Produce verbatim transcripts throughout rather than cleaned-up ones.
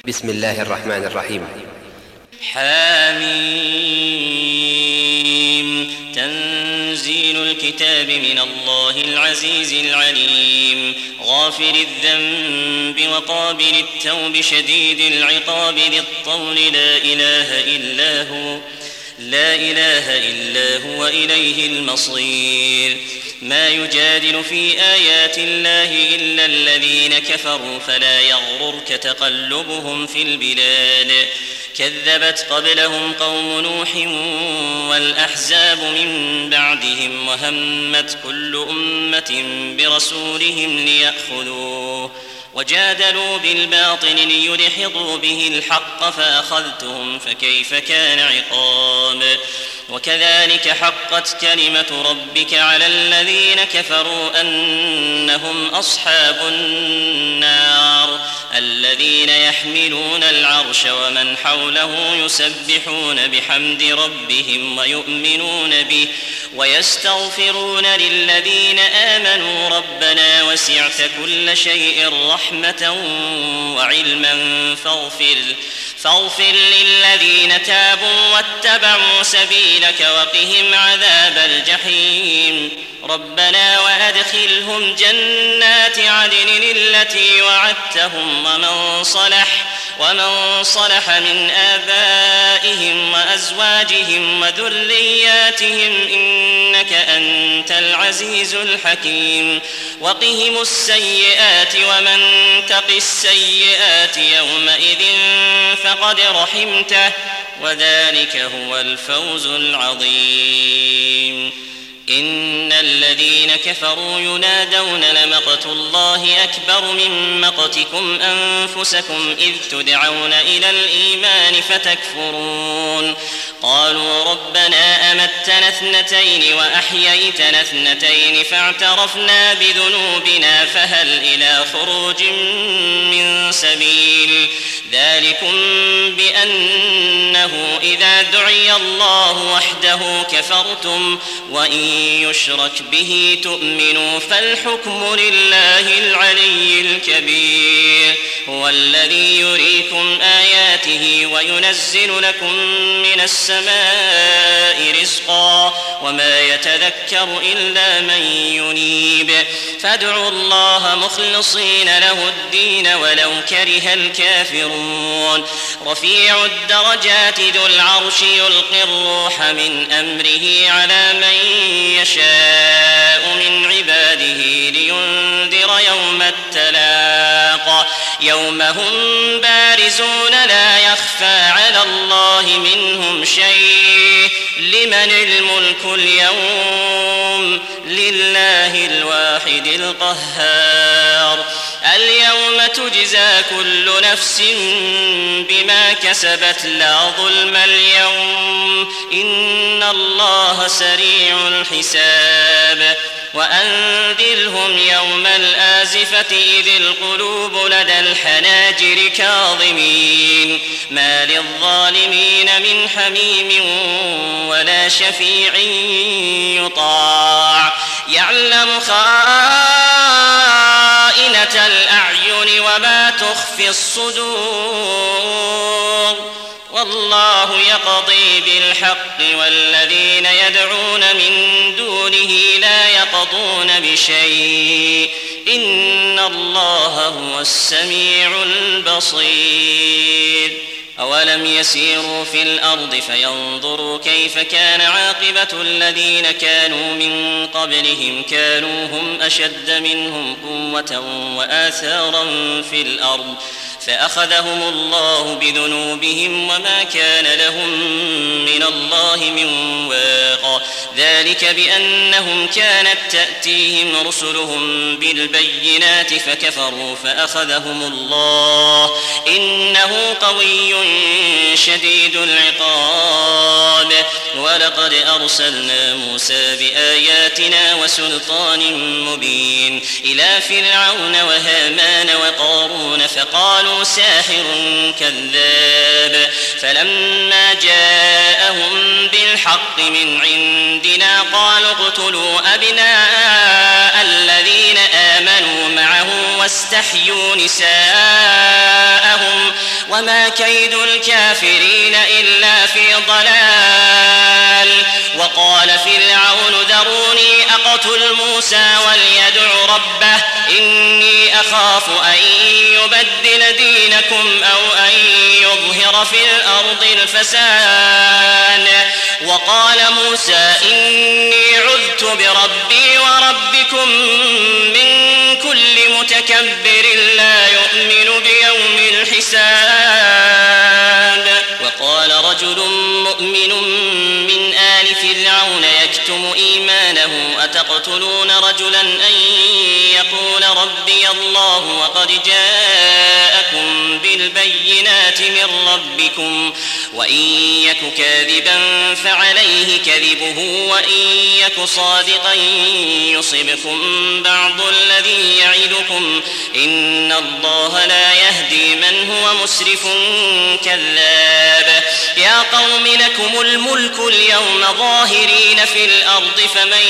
بسم الله الرحمن الرحيم. حاميم. تنزيل الكتاب من الله العزيز العليم، غافر الذنب وقابل التوب شديد العقاب ذي الطول، لا إله إلا هو لا إله إلا هو إليه المصير. ما يجادل في آيات الله إلا الذين كفروا، فلا يغررك تقلبهم في البلاد. كذبت قبلهم قوم نوح والأحزاب من بعدهم، وهمت كل أمة برسولهم ليأخذوه، وجادلوا بالباطل ليدحضوا به الحق، فأخذتهم فكيف كان عقاب. وكذلك حقت كلمة ربك على الذين كفروا أنهم أصحاب النار، الذين يحملون العرش ومن حوله يسبحون بحمد ربهم ويؤمنون به ويستغفرون للذين آمنوا ربنا وسعت كل شيء رحمة وعلما فاغفر فاغفر للذين تابوا واتبعوا سبيلك وقهم عذاب الجحيم. ربنا وأدخلهم جنات عدن التي وعدتهم ومن صلح ومن صلح من آبائهم وأزواجهم وذرياتهم إنك أنت العزيز الحكيم. وقهم السيئات ومن تق السيئات يومئذ فقد رحمته، وذلك هو الفوز العظيم. إن الذين كفروا ينادون لمقت الله أكبر من مقتكم أنفسكم إذ تدعون إلى الإيمان فتكفرون. قالوا ربنا أمتنا اثنتين وأحييتنا اثنتين فاعترفنا بذنوبنا فهل إلى خروج من سبيل. ذلكم بأنه إذا دعي الله وحده كفرتم، وإن يشرك به تؤمنوا فالحكم لله العلي الكبير. هو الذي يريكم آياته وينزل لكم من السماء رزقا، وما يتذكر إلا من ينيب. فادعوا الله مخلصين له الدين ولو كره الكافرون. رفيع الدرجات ذو العرش يلقي الروح من أمره على من يشاء من عباده لينذر يوم التلاق، يوم هم بارزون لا يخفى على الله منهم شيء. لمن الملك اليوم؟ لله الواحد القهار. اليوم تجزى كل نفس بما كسبت لا ظلم اليوم، إن الله سريع الحساب. وأنذرهم يوم الآزفة إذ القلوب لدى الحناجر كاظمين، ما للظالمين من حميم ولا شفيع يطاع. يعلم خائنة الأعين وما تخفي الصدور، والله يقضي بالحق والذين يدعون من دونه لا يقضون بشيء، إن الله هو السميع البصير. أولم يسيروا في الأرض فينظروا كيف كان عاقبة الذين كانوا من قبلهم، كانوا هم أشد منهم قوة وآثارا في الأرض، فأخذهم الله بذنوبهم وما كان لهم من الله من واق. ذلك بأنهم كانت تأتيهم رسلهم بالبينات فكفروا فأخذهم الله، إنه قوي شديد العقاب. ولقد أرسلنا موسى بآياتنا وسلطان مبين إلى فرعون وهامان وقارون فقالوا ساحر كذاب، فلما جاءهم بالحق من عندنا قالوا اقتلوا أبناء الذين آمنوا معه واستحيوا نساءهم وما كيد الكافرين إلا في ضلال. وقال فرعون ذروني أقتل موسى وليدع ربه إني أخاف أن يبدل دينكم أو أن يظهر في الأرض الفساد. وقال موسى إني عذت بربي وربكم من كل متكبر لا يؤمن بيوم الحساب. وقال رجل مؤمن من آل فرعون يكتم إيمانه أتقتلون رجلا أن يقول ربي الله وقد جاءكم بالبينات من ربكم وإن يك كاذبا فعليه كذبه وإن يك صادقا يصبكم بعض الذي يعدكم إن الله لا يهدي من هو مسرف كذاب. يا قوم لكم الملك اليوم ظاهرين في الأرض فمن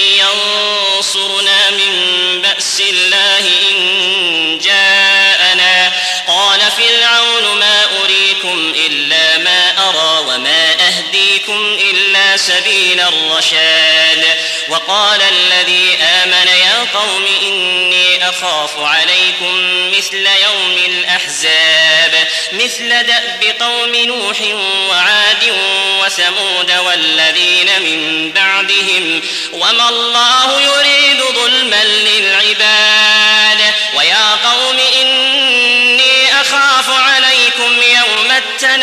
ينصرنا من بأس الله إن جاءنا. قال فرعون ما أريكم إلا ما أرى وما أهديكم إلا سبيل الرشاد. وقال الذي آمن يا قوم إني أخاف عليكم مثل يوم الأحزاب مثل دأب قوم نوح وعاد وثمود والذين من بعدهم وما الله يريد ظلما للعباد. ويا قوم إني أخاف عليكم يوم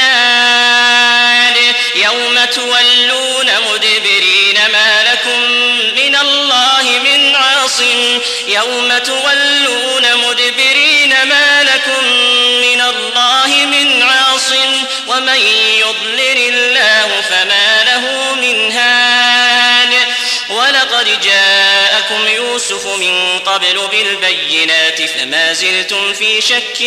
التناد يوم تولون مدبرين ما لكم من الله من عاصم يوم تولون مدبرين ما لكم من الله من عاصم ومن يضلل الله فما له من هاد. ولقد جاءكم يوسف من قبل بالبينات فما زلتم في شك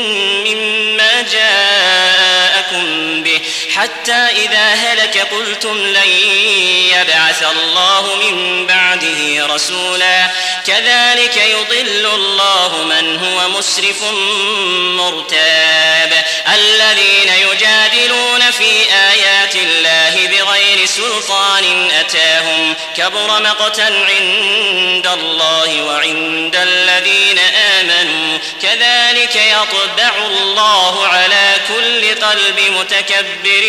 مما جاءكم به حتى إذا هلك قلتم لن يبعث الله من بعده رسولا كذلك يضل الله من هو مسرف مرتاب. الذين يجادلون في آيات الله بغير سلطان أتاهم كبر مقتا عند الله وعند الذين آمنوا كذلك يطبع الله على كل قلب متكبر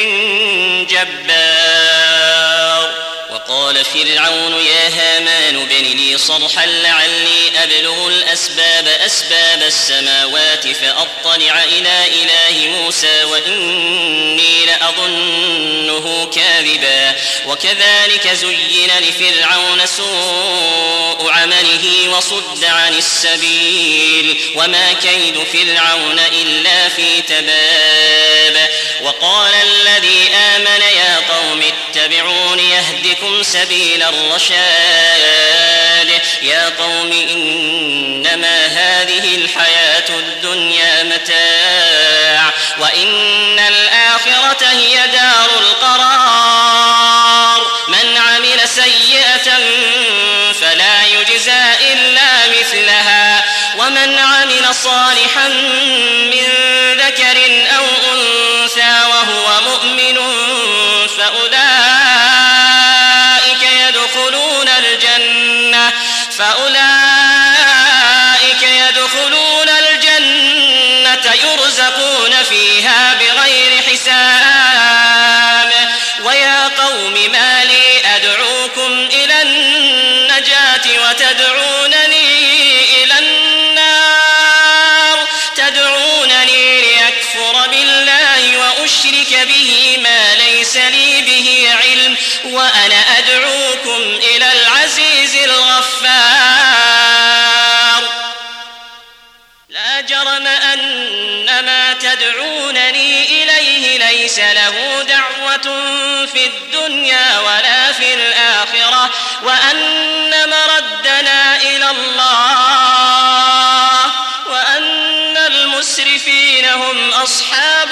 جبار. وقال فرعون يا هامان ابن لي صرحا لعلي أبلغ الأسباب أسباب السماوات فأطلع إلى إله موسى وإني لأظنه كاذبا. وكذلك زين لفرعون سوء عمله وصد عن السبيل وما كيد فرعون إلا في تباب. وقال الذي آمن يا قوم اتبعون يهدكم سبيل الرشاد. يا قوم إنما هذه الحياة الدنيا متاع وإن الآخرة هي دار القرار. من عمل سيئة فلا يجزى إلا مثلها ومن عمل صالحا من ذكر أو أنثى وهو مؤمن فأولئك يدخلون الجنة فأولئك يدخلون الجنة يرزقون فيها بغير حساب. ويا قوم ما لي أدعوكم إلى النجاة وتدعونني إلى النار تدعونني ليكفر بالله وأشرك به ما ليس لي به علم وأنا أدعوكم إلى العزيز الغفار. لا جرم أن ما تدعونني إليه ليس له دعوة في الدنيا ولا في الآخرة وأن مردنا إلى الله وأن المسرفين هم أصحاب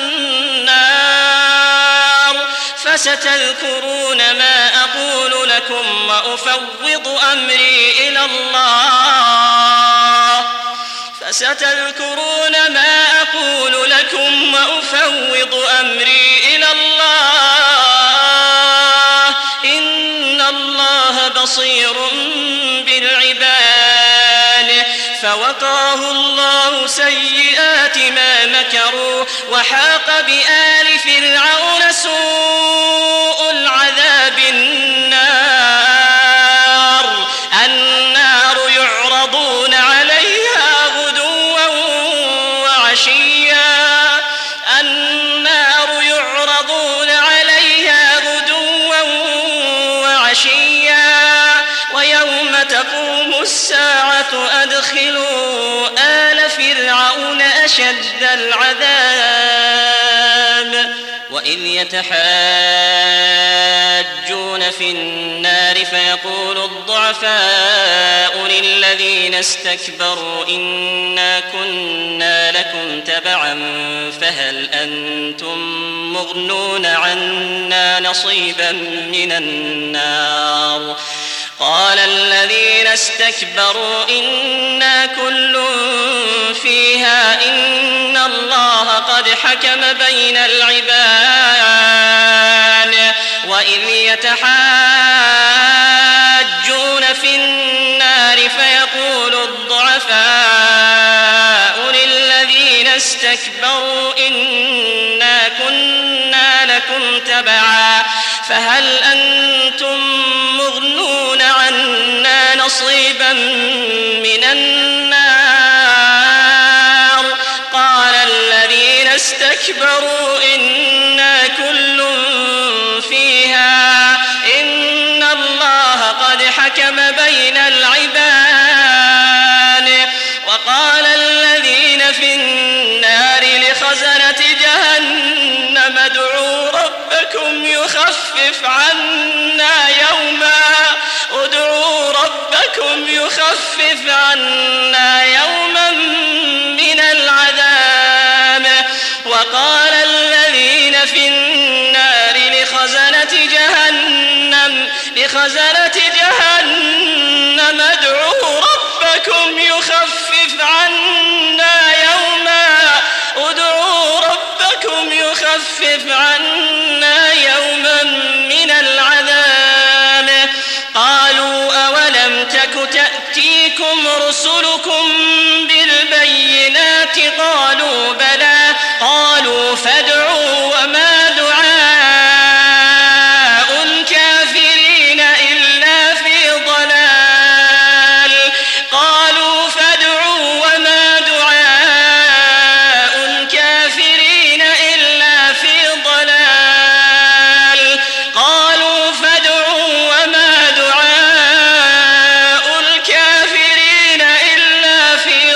النار. فستذكرون ما أقول لكم وأفوض أمري إلى الله فستذكرون ما أقول لكم وأفوض أمري إلى الله إن الله بصير بالعباد. فوقاه الله سيئات ما مكروا وحاق بآل فرعون سوء العذاب النار النار يعرضون عليها غدوا وعشيا النار يعرضون عليها غدوا وعشيا ويوم تقوم الساعة أدخلوا آل فرعون أشد العذاب. وإذ يتحاجون في النار فيقول الضعفاء للذين استكبروا إنا كنا لكم تبعا فهل أنتم مغنون عنا نصيبا من النار قال الذين استكبروا إنا كل فيها إن الله قد حكم بين العباد. وإذ يتحاجون في النار فيقول الضعفاء للذين استكبروا إنا كنا لكم تبعا فهل أنتم مغنون عنا نصيبا من النار قال الذين استكبروا إنا كل فيها إن الله قد حكم بين العباد. وقال الذين في النار لخزنة جهنم ادعوا ربكم يخفف عنا يوما ادعوا ربكم يخفف عنا يوما من العذاب. وقال الذين في النار لخزنة جهنم لخزنة جهنم ادعوا ربكم يخفف عنا يوما ادعوا ربكم يخفف عنا يوما من العذاب. قالوا أولم تك تأتيكم رسلكم بالبينات قالوا بلى قالوا فادعوا وما دعاء الكافرين إلا في ضلال قالوا فادعوا وما دعاء الكافرين إلا في ضلال قالوا فادعوا وما دعاء الكافرين إلا في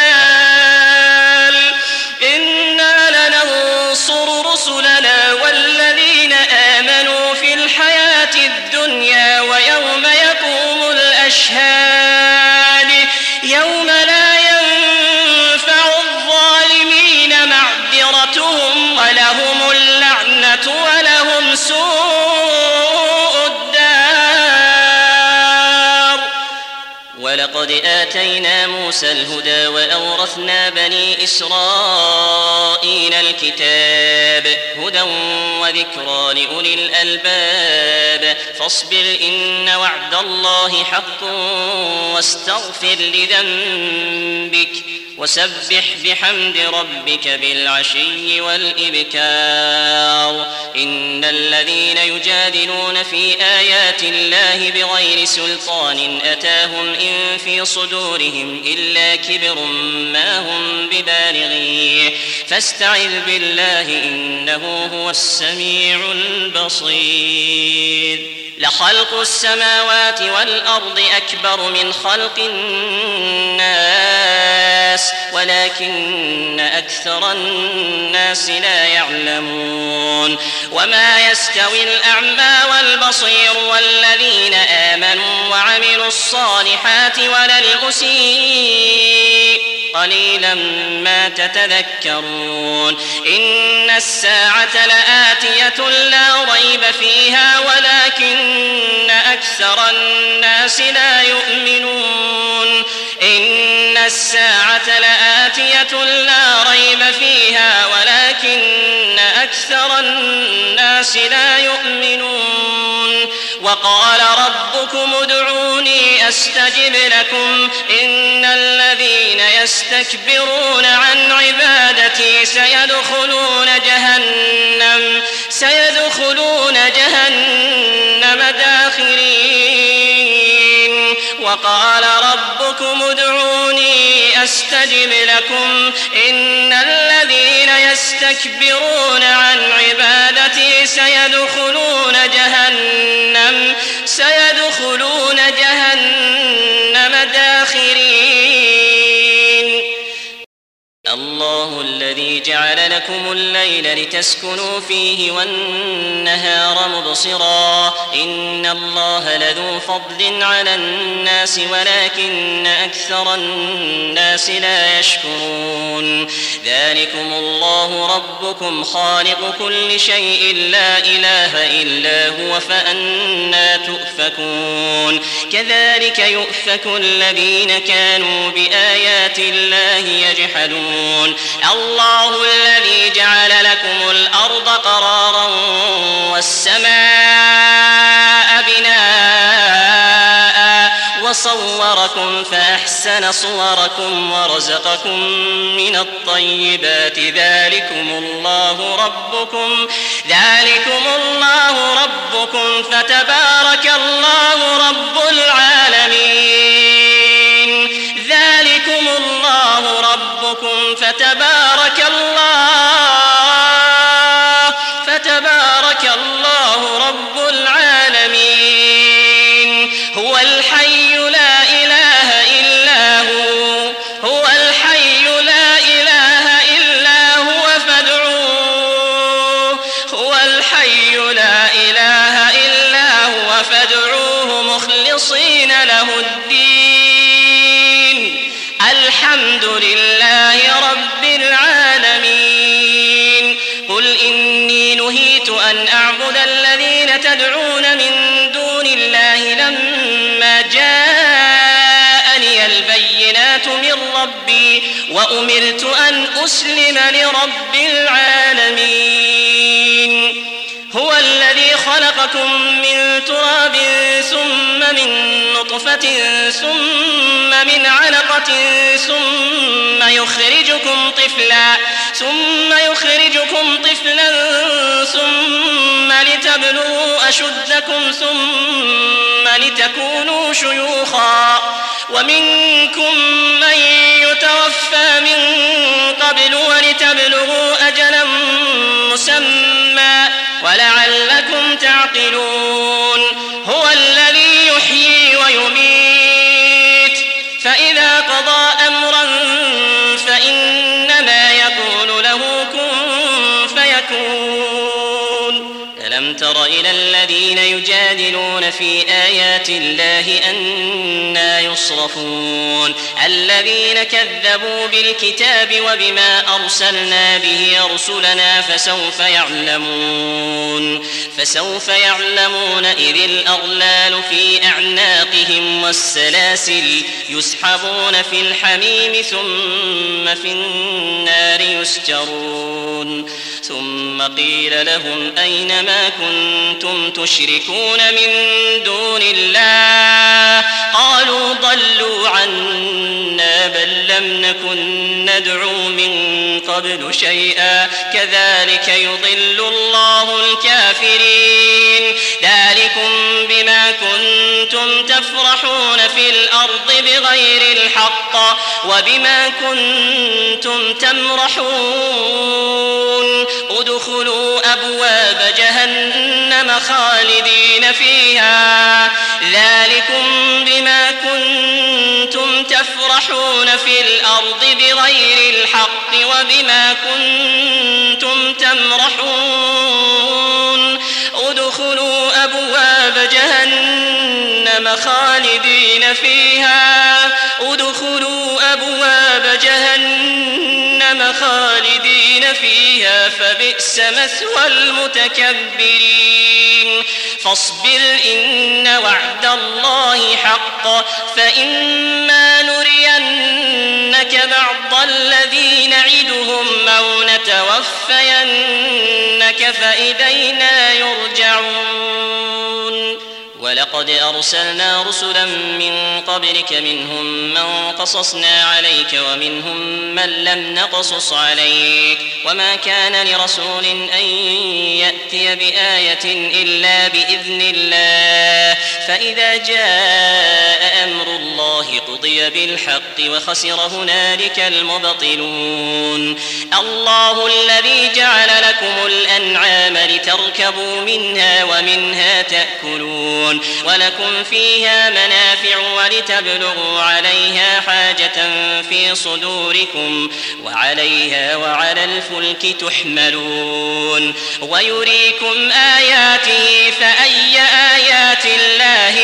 ضلال إنا لننصر رسلنا والذين آمنوا في الحياة الدنيا ويوم يقوم الأشهاد يوم لا ينفع الظالمين معذرتهم ولهم اللعنة ولهم سوء الدار. ولقد آتينا موسى الهدى وأورثنا بني إسرائيل الكتاب هدى وذكرى لأولي الألباب. فاصبر إن وعد الله حق واستغفر لذنبك وسبح بحمد ربك بالعشي والإبكار. إن الذين يجادلون في آيات الله بغير سلطان أتاهم إن في صدورهم إلا كبر ما هم ببالغيه فاستعذ بالله إنه هو السميع البصير. لخلق السماوات والأرض أكبر من خلق الناس ولكن أكثر الناس لا يعلمون. وما يستوي الأعمى والبصير والذين آمنوا وعملوا الصالحات ولا المسيء قليلا ما تتذكرون. إن الساعة لآتية لا ريب فيها ولكن أكثر الناس لا يؤمنون. إن الساعة لآتية لا ريب فيها ولكن أكثر الناس لا يؤمنون وقال ربكم ادعوني أستجب لكم إن الذين يستكبرون عن عبادتي سيدخلون جهنم سيدخلون جهنم داخرين وقال ربكم ادعوني أستجب لكم إن الذين يستكبرون عن عبادتي سيدخلون جهنم سيدخلون جهنم داخرين الله الذي جعل لكم الليل لتسكنوا فيه والنهار مبصرا إن الله لذو فضل على الناس ولكن أكثر الناس لا يشكرون ذلكم الله ربكم خالق كل شيء لا إله إلا هو فأنى تؤفكون كذلك يؤفك الذين كانوا بآيات الله يجحدون الله الذي جعل لكم الأرض قرارا والسماء بناء وصوركم فأحسن صوركم ورزقكم من الطيبات ذلكم الله ربكم ذلكم الله ربكم فتبارك الله رب العالمين ذلكم الله ربكم فتبارك الله فتبارك الله رب العالمين هو الحي لا إله إلا هو هو الحي لا إله إلا هو فادعوه هو الحي لا إله إلا هو فادعوه مخلصين له الدين الحمد لله رب العالمين قل إني نهيت أن أعبد الذين تدعون من دون الله لما جاءني البينات من ربي وأمرت أن أسلم لرب العالمين هو الذي خلقكم من تراب ثم من نطفة ثم من علقة ثم يخرجكم طفلا ثم يخرجكم طفلا ثم لتبلغوا أشدكم ثم لتكونوا شيوخا ومنكم من يتوفى من قبل ولتبلغوا أجلا مسمى ولعلكم تعقلون هو الذي يحيي ويميت فإذا قضى أمرا فإنما يقول له كن فيكون ألم تر إلى الذين يجادلون في آيات الله أنى يصرفون الذين كذبوا بالكتاب وبما أرسلنا به رسلنا فسوف يعلمون فسوف يعلمون إذ الأغلال في أعناقهم والسلاسل يسحبون في الحميم ثم في النار يسجرون ثم قيل لهم أين ما كنتم تشركون من دون الله قالوا ضلوا عنا بل لم نكن ندعو من قبل شيئا كذلك يضل الله الكافرين ذلكم بما كنتم تفرحون في الأرض بغير الحق وبما كنتم تمرحون ادخلوا أبواب جهنم خالدين فيها ذلكم بما كنتم تفرحون في الأرض بغير الحق وبما كنتم تمرحون ادخلوا أبواب جهنم خالدين فيها ادخلوا أبواب جهنم خالدين فيها فبئس مثوى المتكبرين فاصبر إن وعد الله حق فإما نرينك بعض الذي نعدهم أو نتوفينك فإلينا يرجعون ولقد أرسلنا رسلا من قبلك منهم من قصصنا عليك ومنهم من لم نقصص عليك وما كان لرسول أن يأتي بآية إلا بإذن الله فإذا جاء أمر الله قضي بالحق وخسر هنالك المبطلون الله الذي جعل لكم الأنعام لتركبوا منها ومنها تأكلون ولكم فيها منافع ولتبلغوا عليها حاجة في صدوركم وعليها وعلى الفلك تحملون ويريكم آياته فأي آيات الله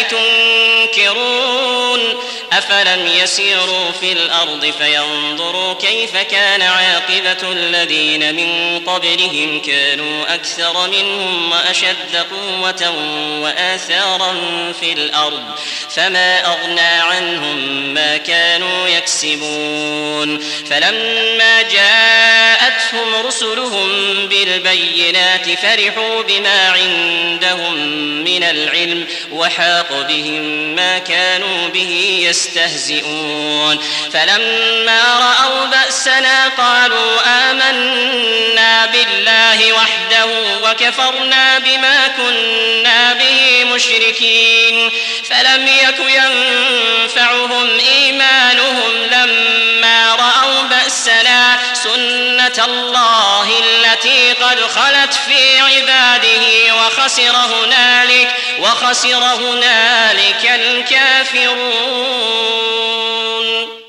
تنكرون أفلم يسيروا في الأرض فينظروا كيف كان عاقبة الذين من قبلهم كانوا أكثر منهم وأشد قوة وآثارا في الأرض فما أغنى عنهم ما كانوا يكسبون فلما جاءتهم رسلهم بالبينات فرحوا بما عندهم من العلم وحاق بهم ما كانوا به يستهزئون فلما رأوا بأسنا قالوا آمنا بالله وحده وكفرنا بما كنا به مشركين فلم يك ينفعهم إيمانهم لما رأوا بأسنا سنة الله التي قد خلت في عباده وخسر هنالك وخسر هنالك الكافرون.